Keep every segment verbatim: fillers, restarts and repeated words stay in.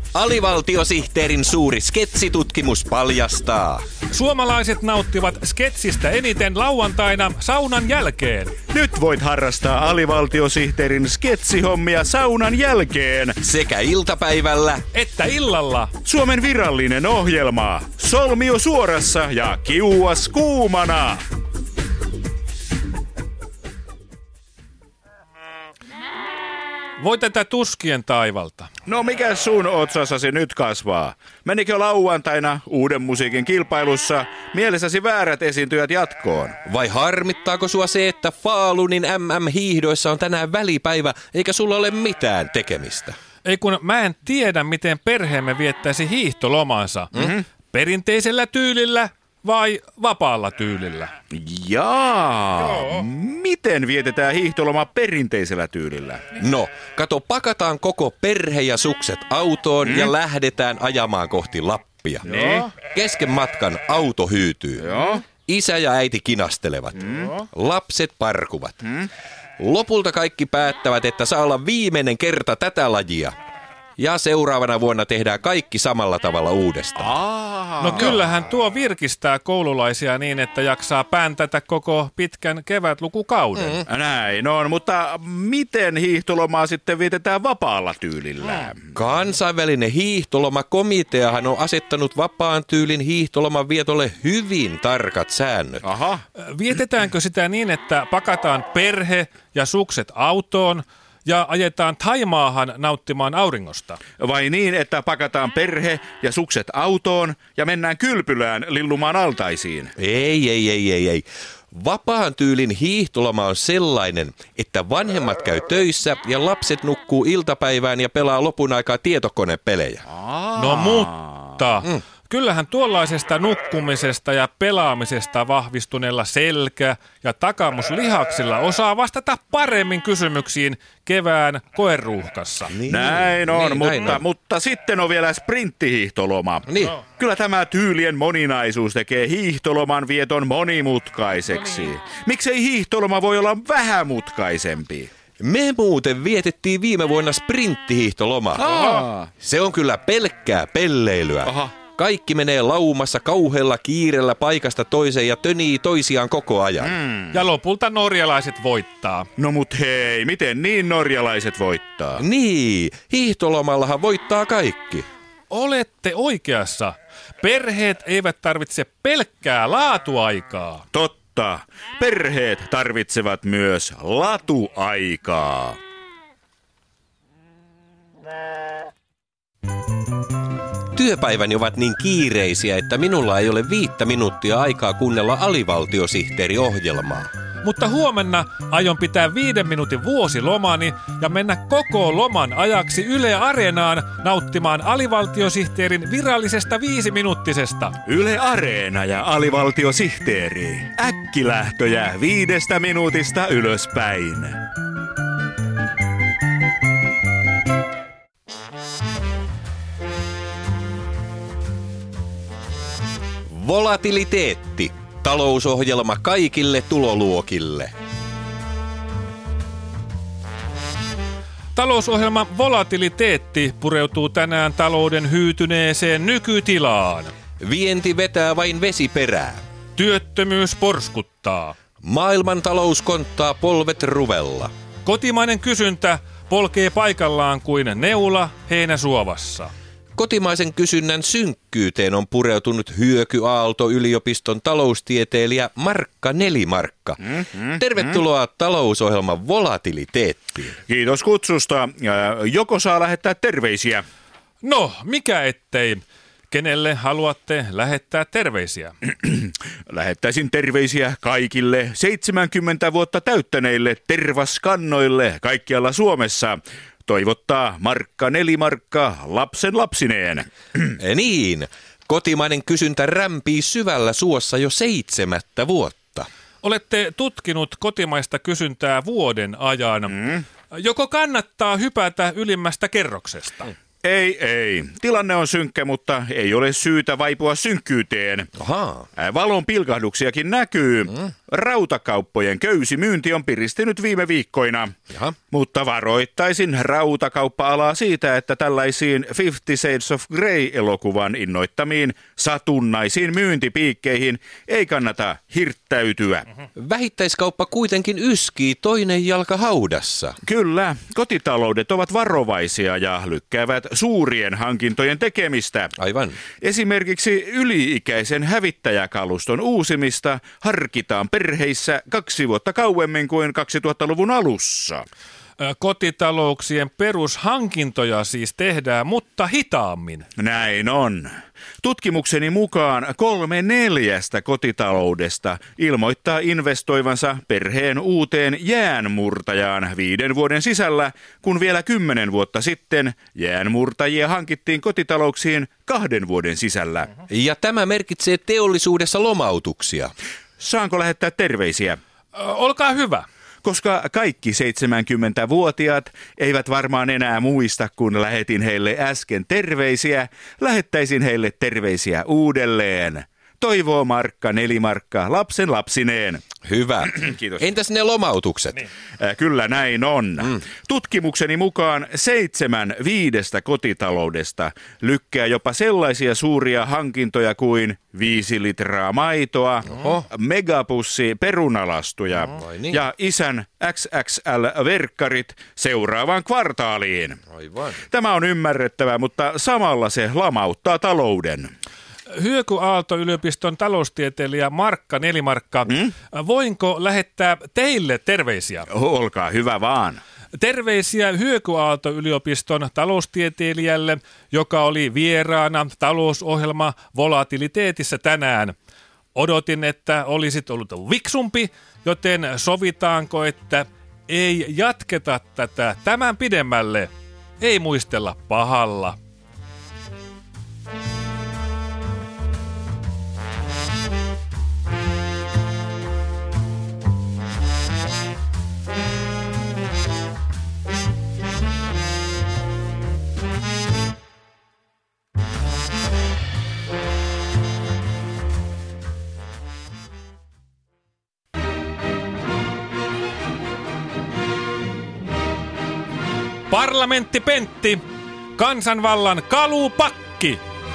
Alivaltiosihteerin suuri sketsitutkimus paljastaa. Suomalaiset nauttivat sketsistä eniten lauantaina saunan jälkeen. Nyt voit harrastaa alivaltiosihteerin sketsihommia saunan jälkeen. Sekä iltapäivällä että illalla. Suomen virallinen ohjelma. Solmio suorassa ja kiuas kuumana. Voi tätä tuskien taivalta. No mikä sun otsassasi nyt kasvaa? Menikö lauantaina uuden musiikin kilpailussa mielessäsi väärät esiintyjät jatkoon? Vai harmittaako sua se, että Falunin M M-hiihdoissa on tänään välipäivä, eikä sulla ole mitään tekemistä? Ei kun mä en tiedä, miten perheemme viettäisi hiihtolomansa. Mm-hmm. Perinteisellä tyylillä vai vapaalla tyylillä? Jaa, Joo. Miten vietetään hiihtoloma perinteisellä tyylillä? No, kato, pakataan koko perhe ja sukset autoon mm. ja lähdetään ajamaan kohti Lappia. Joo. Kesken matkan auto hyytyy. Joo. Isä ja äiti kinastelevat. Mm. Lapset parkuvat. Mm. Lopulta kaikki päättävät, että saa olla viimeinen kerta tätä lajia. Ja seuraavana vuonna tehdään kaikki samalla tavalla uudestaan. Aa, no kyllähän tuo virkistää koululaisia niin, että jaksaa pääntätä koko pitkän kevätlukukauden. Mm. Näin on, mutta miten hiihtolomaa sitten vietetään vapaalla tyylillä? Kansainvälinen hiihtolomakomiteahan on asettanut vapaan tyylin hiihtoloman vietolle hyvin tarkat säännöt. Aha. Vietetäänkö sitä niin, että pakataan perhe ja sukset autoon ja ajetaan Thaimaahan nauttimaan auringosta? Vai niin, että pakataan perhe ja sukset autoon ja mennään kylpylään lillumaan altaisiin? Ei, ei, ei, ei, ei. Vapaan tyylin hiihtoloma on sellainen, että vanhemmat käy töissä ja lapset nukkuu iltapäivään ja pelaa lopun aikaa tietokonepelejä. Aa. No mutta... Mm. Kyllähän tuollaisesta nukkumisesta ja pelaamisesta vahvistuneella selkä- ja takamuslihaksilla osaa vastata paremmin kysymyksiin kevään koeruuhkassa. Niin, näin on, niin, mutta, näin on. mutta sitten on vielä sprinttihiihtoloma. Niin. No. Kyllä tämä tyylien moninaisuus tekee hiihtoloman vieton monimutkaiseksi. No niin. Miksei hiihtoloma voi olla vähämutkaisempi? Me muuten vietettiin viime vuonna sprinttihiihtolomaa. Aa. Se on kyllä pelkkää pelleilyä. Aha. Kaikki menee laumassa kauhealla kiirellä paikasta toiseen ja tönii toisiaan koko ajan. Mm. Ja lopulta norjalaiset voittaa. No mut hei, miten niin norjalaiset voittaa? Niin, hiihtolomallahan voittaa kaikki. Olette oikeassa. Perheet eivät tarvitse pelkkää laatuaikaa. Totta. Perheet tarvitsevat myös latuaikaa. Työpäiväni ovat niin kiireisiä, että minulla ei ole viittä minuuttia aikaa kuunnella alivaltiosihteeriohjelmaa. Mutta huomenna aion pitää viiden minuutin vuosilomani ja mennä koko loman ajaksi Yle Areenaan nauttimaan alivaltiosihteerin virallisesta viisiminuuttisesta. Yle Areena ja alivaltiosihteeri. Äkkilähtöjä viidestä minuutista ylöspäin. Volatiliteetti. Talousohjelma kaikille tuloluokille. Talousohjelma Volatiliteetti pureutuu tänään talouden hyytyneeseen nykytilaan. Vienti vetää vain vesiperää. Työttömyys porskuttaa. Maailman talous konttaa polvet ruvella. Kotimainen kysyntä polkee paikallaan kuin neula heinäsuovassa. Kotimaisen kysynnän synkkyyteen on pureutunut Hyökyaalto yliopiston taloustieteilijä Markka Nelimarkka. Mm-hmm. Tervetuloa talousohjelman Volatiliteettiin. Kiitos kutsusta. Joko saa lähettää terveisiä? No, mikä ettei. Kenelle haluatte lähettää terveisiä? Lähettäisin terveisiä kaikille seitsemänkymmentä vuotta täyttäneille tervaskannoille kaikkialla Suomessa. Toivottaa Markka Nelimarkka lapsen lapsineen. Niin, kotimainen kysyntä rämpii syvällä suossa jo seitsemättä vuotta. Olette tutkinut kotimaista kysyntää vuoden ajan. Mm. Joko kannattaa hypätä ylimmästä kerroksesta? Ei, ei. Tilanne on synkkä, mutta ei ole syytä vaipua synkkyyteen. Ahaa. Valon pilkahduksiakin näkyy. Mm. Rautakauppojen köysimyynti on piristynyt viime viikkoina, Jaha. mutta varoittaisin rautakauppa-alaa siitä, että tällaisiin Fifty Shades of Grey-elokuvan innoittamiin satunnaisiin myyntipiikkeihin ei kannata hirttäytyä. Vähittäiskauppa kuitenkin yskii toinen jalka haudassa. Kyllä, kotitaloudet ovat varovaisia ja lykkäävät suurien hankintojen tekemistä. Aivan. Esimerkiksi yli-ikäisen hävittäjäkaluston uusimista harkitaan perheissä kaksi vuotta kauemmin kuin kaksituhattaluvun alussa. Kotitalouksien perushankintoja siis tehdään, mutta hitaammin. Näin on. Tutkimukseni mukaan kolme neljästä kotitaloudesta ilmoittaa investoivansa perheen uuteen jäänmurtajaan viiden vuoden sisällä, kun vielä kymmenen vuotta sitten jäänmurtajia hankittiin kotitalouksiin kahden vuoden sisällä. Ja tämä merkitsee teollisuudessa lomautuksia. Saanko lähettää terveisiä? Ö, olkaa hyvä. Koska kaikki seitsemänkymmentävuotiaat eivät varmaan enää muista, kun lähetin heille äsken terveisiä, lähettäisin heille terveisiä uudelleen. Toivoo Markka Nelimarkka lapsen lapsineen. Hyvä. Kiitos. Entäs ne lomautukset? Niin. Äh, kyllä näin on. Mm. Tutkimukseni mukaan seitsemän viidestä kotitaloudesta lykkää jopa sellaisia suuria hankintoja kuin viisi litraa maitoa, Oho. megapussi perunalastuja Oho. Niin. ja isän X X L-verkkarit seuraavaan kvartaaliin. Aivan. Tämä on ymmärrettävää, mutta samalla se lamauttaa talouden. Hyöky Aalto-yliopiston taloustieteilijä Markka Nelimarkka, hmm? voinko lähettää teille terveisiä? Olkaa hyvä vaan. Terveisiä Hyöky Aalto-yliopiston taloustieteilijälle, joka oli vieraana talousohjelma Volatiliteetissä tänään. Odotin, että olisit ollut viksumpi, joten sovitaanko, että ei jatketa tätä tämän pidemmälle? Ei muistella pahalla. Parlamentti Pentti, kansanvallan kalupakki.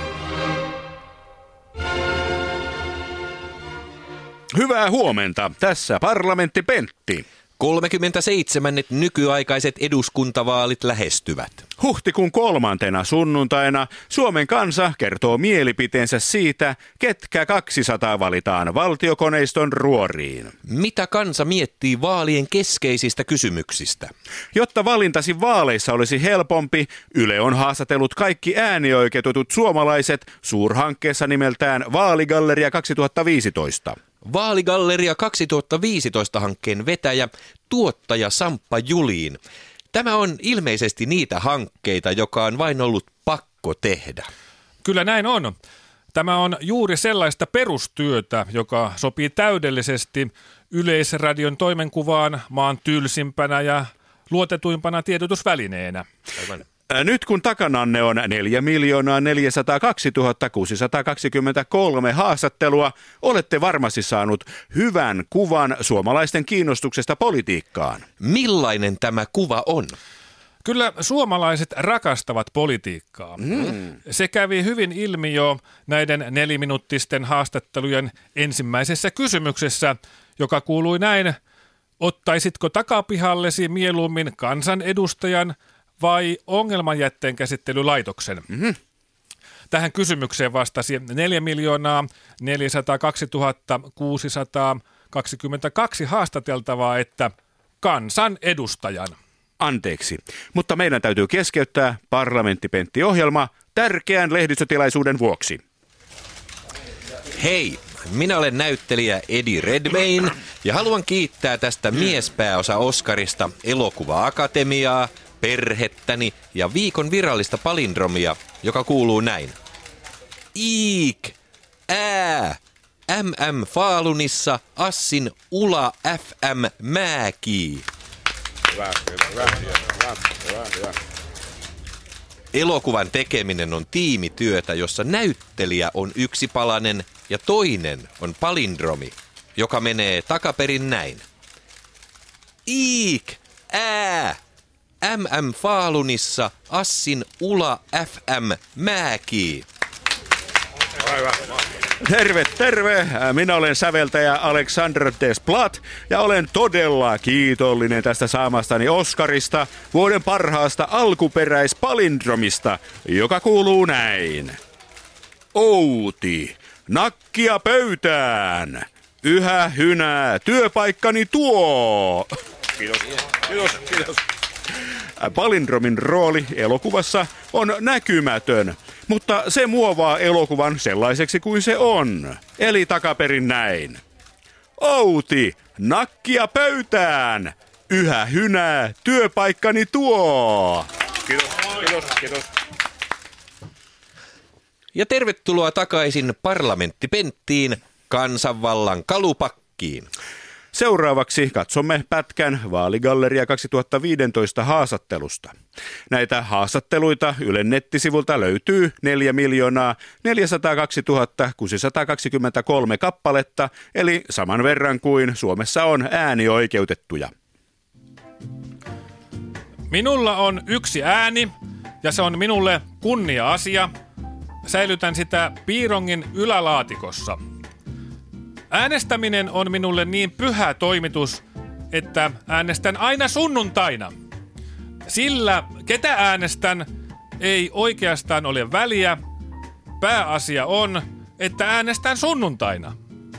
Hyvää huomenta, tässä Parlamentti Pentti. kolmekymmentäseitsemän nykyaikaiset eduskuntavaalit lähestyvät. Huhtikuun kolmantena sunnuntaina Suomen kansa kertoo mielipiteensä siitä, ketkä kaksisataa valitaan valtiokoneiston ruoriin. Mitä kansa miettii vaalien keskeisistä kysymyksistä? Jotta valintasi vaaleissa olisi helpompi, Yle on haastatellut kaikki äänioikeutetut suomalaiset suurhankkeessa nimeltään Vaaligalleria kaksituhattaviisitoista. Vaaligalleria kaksituhattaviisitoista-hankkeen vetäjä, tuottaja Samppa Julin. Tämä on ilmeisesti niitä hankkeita, joka on vain ollut pakko tehdä. Kyllä näin on. Tämä on juuri sellaista perustyötä, joka sopii täydellisesti Yleisradion toimenkuvaan maan tylsimpänä ja luotetuimpana tiedotusvälineenä. Aivan. Nyt kun takananne on neljä miljoonaa neljäsataakaksituhatta kuusisataakaksikymmentäkolme haastattelua, olette varmasti saanut hyvän kuvan suomalaisten kiinnostuksesta politiikkaan. Millainen tämä kuva on? Kyllä suomalaiset rakastavat politiikkaa. Mm. Se kävi hyvin ilmi jo näiden neliminuuttisten haastattelujen ensimmäisessä kysymyksessä, joka kuului näin: ottaisitko takapihallesi mieluummin kansanedustajan vai ongelmanjätteen käsittelylaitoksen? Mm-hmm. Tähän kysymykseen vastasi neljä miljoonaa neljäsataakaksituhatta kuusisataakaksikymmentäkaksi haastateltavaa, että kansanedustajan. Anteeksi, mutta meidän täytyy keskeyttää Parlamentti Pentti-ohjelma tärkeän lehdistötilaisuuden vuoksi. Hei, minä olen näyttelijä Eddie Redmayne ja haluan kiittää tästä miespääosa Oscarista Elokuva-akatemiaa, perhettäni ja viikon virallista palindromia, joka kuuluu näin. Iik, ää, mm Falunissa, assin ula fm määkii. Hyvä, hyvä, hyvä, hyvä, hyvä. Elokuvan tekeminen on tiimityötä, jossa näyttelijä on yksipalainen ja toinen on palindromi. joka menee takaperin näin. Iik, ää, M M Falunissa Assin Ula F M Mäki. Terve, terve! Minä olen säveltäjä Alexander Desplat ja olen todella kiitollinen tästä saamastani Oscarista, vuoden parhaasta alkuperäispalindromista, joka kuuluu näin. Outi, nakkia pöytään, yhä hynää, työpaikkani tuo. Kiitos, kiitos, kiitos. Palindromin rooli elokuvassa on näkymätön, mutta se muovaa elokuvan sellaiseksi kuin se on. Eli takaperin näin. Outi, nakkia pöytään! Yhä hynää, työpaikkani tuo! Kiitos, kiitos, kiitos. Ja tervetuloa takaisin parlamenttipenttiin, kansanvallan kalupakkiin. Seuraavaksi katsomme pätkän Vaaligalleria kaksituhattaviisitoista haastattelusta. Näitä haastatteluita Ylen nettisivulta löytyy neljä miljoonaa neljäsataakaksituhatta kuusisataakaksikymmentäkolme kappaletta, eli saman verran kuin Suomessa on äänioikeutettuja. Minulla on yksi ääni, ja se on minulle kunnia-asia. Säilytän sitä piirongin ylälaatikossa. Äänestäminen on minulle niin pyhä toimitus, että äänestän aina sunnuntaina. Sillä, ketä äänestän, ei oikeastaan ole väliä. Pääasia on, että äänestän sunnuntaina.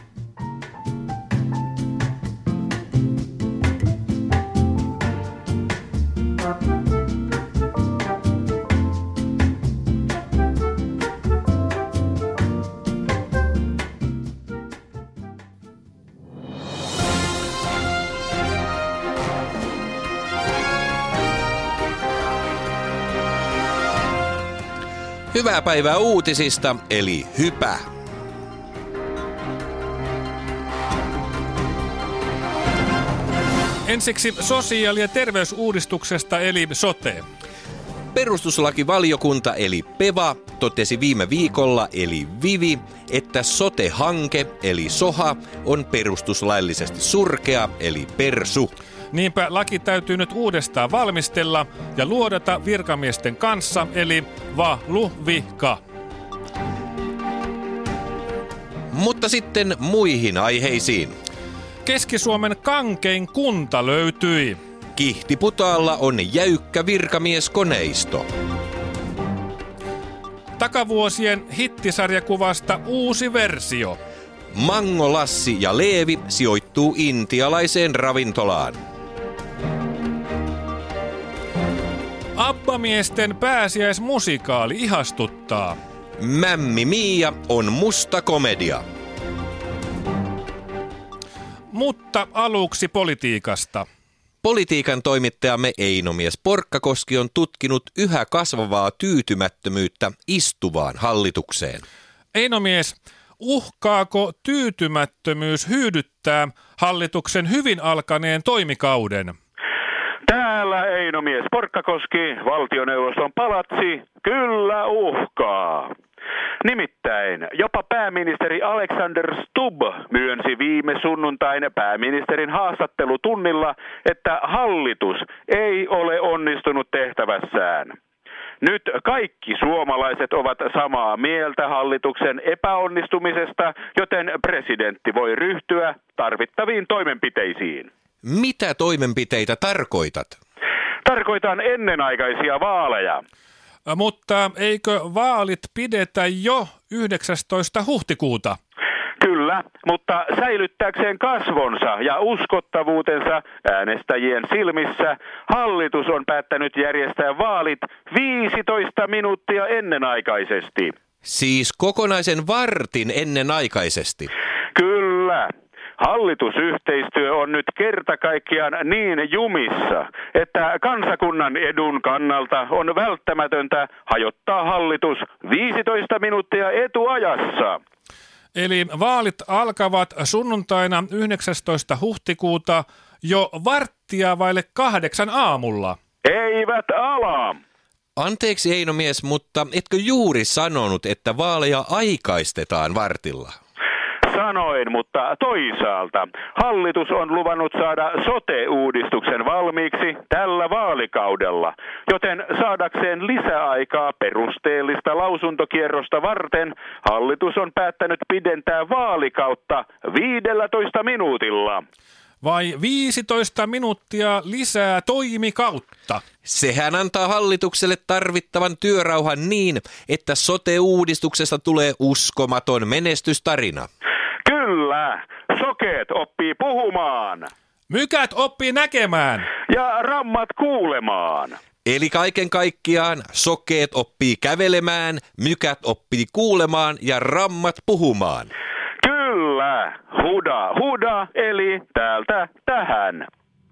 Hyvää päivää uutisista, eli hypä. Ensiksi sosiaali- ja terveysuudistuksesta, eli sote. Perustuslakivaliokunta, eli PeVa, totesi viime viikolla, eli Vivi, että sote-hanke, eli SOHA, on perustuslaillisesti surkea, eli persu. Niinpä laki täytyy nyt uudestaan valmistella ja luodata virkamiesten kanssa, eli valuvika. Mutta sitten muihin aiheisiin. Keski-Suomen kankein kunta löytyi. Kihtiputaalla on jäykkä virkamieskoneisto. Takavuosien hittisarjakuvasta uusi versio. Mango, Lassi ja Leevi sijoittuu intialaiseen ravintolaan. Abbamiesten pääsiäismusikaali ihastuttaa. Mämmi Mia on musta komedia. Mutta aluksi politiikasta. Politiikan toimittajamme Einomies Porkkakoski on tutkinut yhä kasvavaa tyytymättömyyttä istuvaan hallitukseen. Einomies, uhkaako tyytymättömyys hyydyttää hallituksen hyvin alkaneen toimikauden? Täällä Einomies Porkkakoski, valtioneuvoston palatsi, kyllä uhkaa. Nimittäin jopa pääministeri Alexander Stubb myönsi viime sunnuntain pääministerin haastattelutunnilla, että hallitus ei ole onnistunut tehtävässään. Nyt kaikki suomalaiset ovat samaa mieltä hallituksen epäonnistumisesta, joten presidentti voi ryhtyä tarvittaviin toimenpiteisiin. Mitä toimenpiteitä tarkoitat? Tarkoitan ennenaikaisia vaaleja. Mutta eikö vaalit pidetä jo yhdeksästoista huhtikuuta? Kyllä, mutta säilyttääkseen kasvonsa ja uskottavuutensa äänestäjien silmissä, hallitus on päättänyt järjestää vaalit viisitoista minuuttia ennenaikaisesti. Siis kokonaisen vartin ennenaikaisesti? Kyllä. Hallitusyhteistyö on nyt kerta kaikkiaan niin jumissa, että kansakunnan edun kannalta on välttämätöntä hajottaa hallitus viisitoista minuuttia etuajassa. Eli vaalit alkavat sunnuntaina yhdeksästoista huhtikuuta jo varttia vaille kahdeksan aamulla. Eivät ala. Anteeksi Einomies, mutta etkö juuri sanonut, että vaaleja aikaistetaan vartilla? sanoin, mutta toisaalta hallitus on luvannut saada sote-uudistuksen valmiiksi tällä vaalikaudella, joten saadakseen lisäaikaa perusteellista lausuntokierrosta varten hallitus on päättänyt pidentää vaalikautta viidellätoista minuutilla. Vai viisitoista minuuttia lisää toimikautta? Sehän antaa hallitukselle tarvittavan työrauhan niin, että sote-uudistuksesta tulee uskomaton menestystarina. Kyllä, sokeet oppii puhumaan. Mykät oppii näkemään. Ja rammat kuulemaan. Eli kaiken kaikkiaan sokeet oppii kävelemään, mykät oppii kuulemaan ja rammat puhumaan. Kyllä, huda, huda, eli täältä tähän.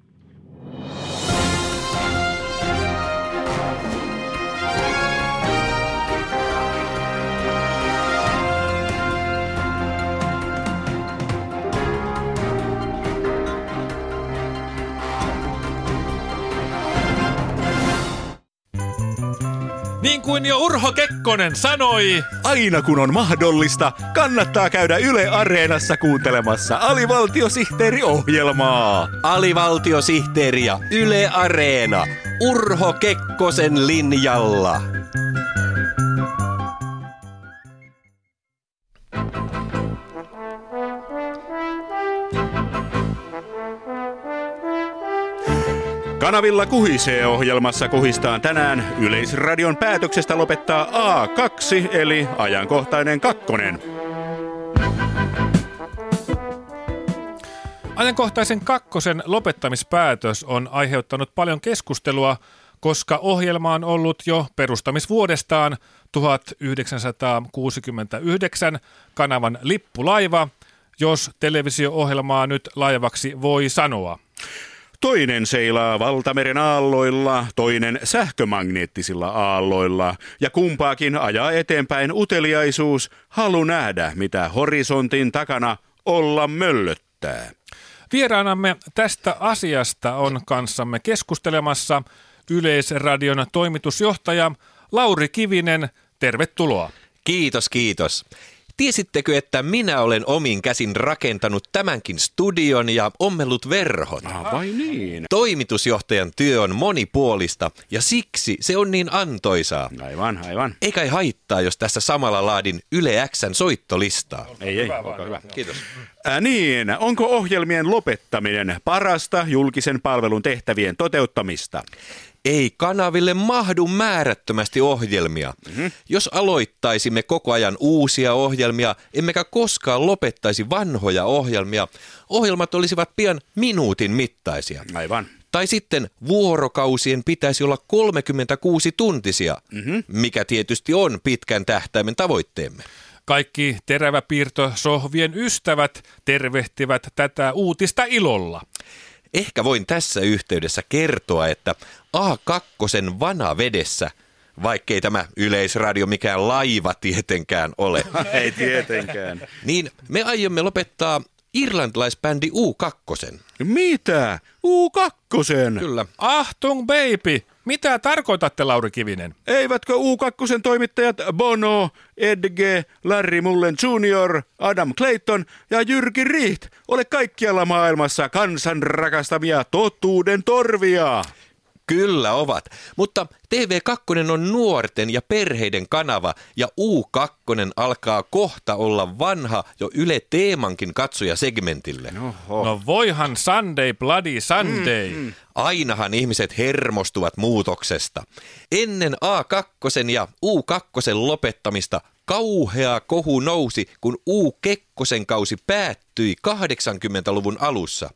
Niin kuin jo Urho Kekkonen sanoi, aina kun on mahdollista, kannattaa käydä Yle Areenassa kuuntelemassa alivaltiosihteeriohjelmaa. Alivaltiosihteeri ja Yle Areena, Urho Kekkosen linjalla. Kanavilla kuhisee -ohjelmassa kuhistaan tänään Yleisradion päätöksestä lopettaa A kaksi eli ajankohtainen kakkonen. Ajankohtaisen kakkosen lopettamispäätös on aiheuttanut paljon keskustelua, koska ohjelma on ollut jo perustamisvuodestaan tuhatyhdeksänsataakuusikymmentäyhdeksän kanavan lippulaiva, jos televisio-ohjelmaa nyt laivaksi voi sanoa. Toinen seilaa valtameren aalloilla, toinen sähkömagneettisilla aalloilla ja kumpaakin ajaa eteenpäin uteliaisuus, halu nähdä, mitä horisontin takana olla möllöttää. Vieraanamme tästä asiasta on kanssamme keskustelemassa Yleisradion toimitusjohtaja Lauri Kivinen. Tervetuloa. Kiitos, kiitos. Tiesittekö, että minä olen omin käsin rakentanut tämänkin studion ja ommellut verhon? Ah, vai niin? Toimitusjohtajan työ on monipuolista ja siksi se on niin antoisaa. Aivan, aivan. Eikä ei haittaa, jos tässä samalla laadin Yle X:n soittolistaa. Ei, ei, olkaa hyvä. Kiitos. Äh, niin, onko ohjelmien lopettaminen parasta julkisen palvelun tehtävien toteuttamista? Ei kanaville mahdu määrättömästi ohjelmia. Mm-hmm. Jos aloittaisimme koko ajan uusia ohjelmia, emmekä koskaan lopettaisi vanhoja ohjelmia, ohjelmat olisivat pian minuutin mittaisia. Aivan. Tai sitten vuorokausien pitäisi olla kolmekymmentäkuusi tuntisia, mm-hmm. mikä tietysti on pitkän tähtäimen tavoitteemme. Kaikki teräväpiirtosohvien ystävät tervehtivät tätä uutista ilolla. Ehkä voin tässä yhteydessä kertoa, että A kaksi vanavedessä, vaikkei tämä Yleisradio mikään laiva tietenkään ole. Ei tietenkään. Niin me aiomme lopettaa irlantilaisbändi U kaksi. Mitä? U kaksi? Kyllä. Achtung baby! Mitä tarkoitatte, Lauri Kivinen? Eivätkö U kaksi toimittajat Bono, Edge, Larry Mullen junior, Adam Clayton ja Jyrki Riht ole kaikkialla maailmassa kansan rakastamia totuuden torvia? Kyllä ovat, mutta T V kaksi on nuorten ja perheiden kanava ja U kaksi alkaa kohta olla vanha jo Yle Teemankin katsojasegmentille. Oho. No voihan Sunday bloody Sunday. Mm, mm. Ainahan ihmiset hermostuvat muutoksesta. Ennen A kaksi ja U kaksi lopettamista kauhea kohu nousi, kun U Kekkosen kausi päättyi kahdeksankymmentäluvun alussa.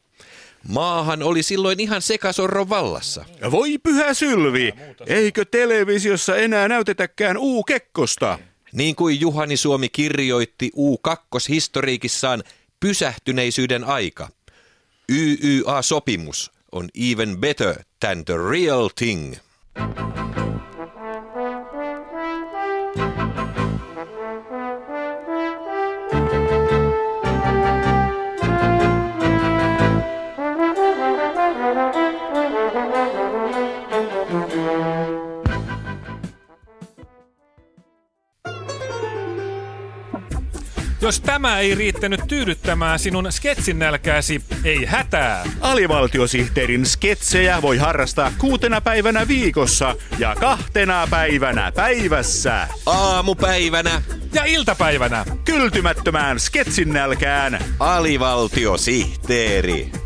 Maahan oli silloin ihan sekasorron vallassa. Voi pyhä Sylvi, eikö televisiossa enää näytetäkään U Kekkosta? Niin kuin Juhani Suomi kirjoitti U kaksi historiikissaan pysähtyneisyyden aika. Y Y A-sopimus on even better than the real thing. Jos tämä ei riittänyt tyydyttämään sinun sketsinälkääsi, ei hätää. Alivaltiosihteerin sketsejä voi harrastaa kuutena päivänä viikossa ja kahtena päivänä päivässä. Aamupäivänä Ja iltapäivänä. Kyltymättömään sketsin nälkään alivaltiosihteeri.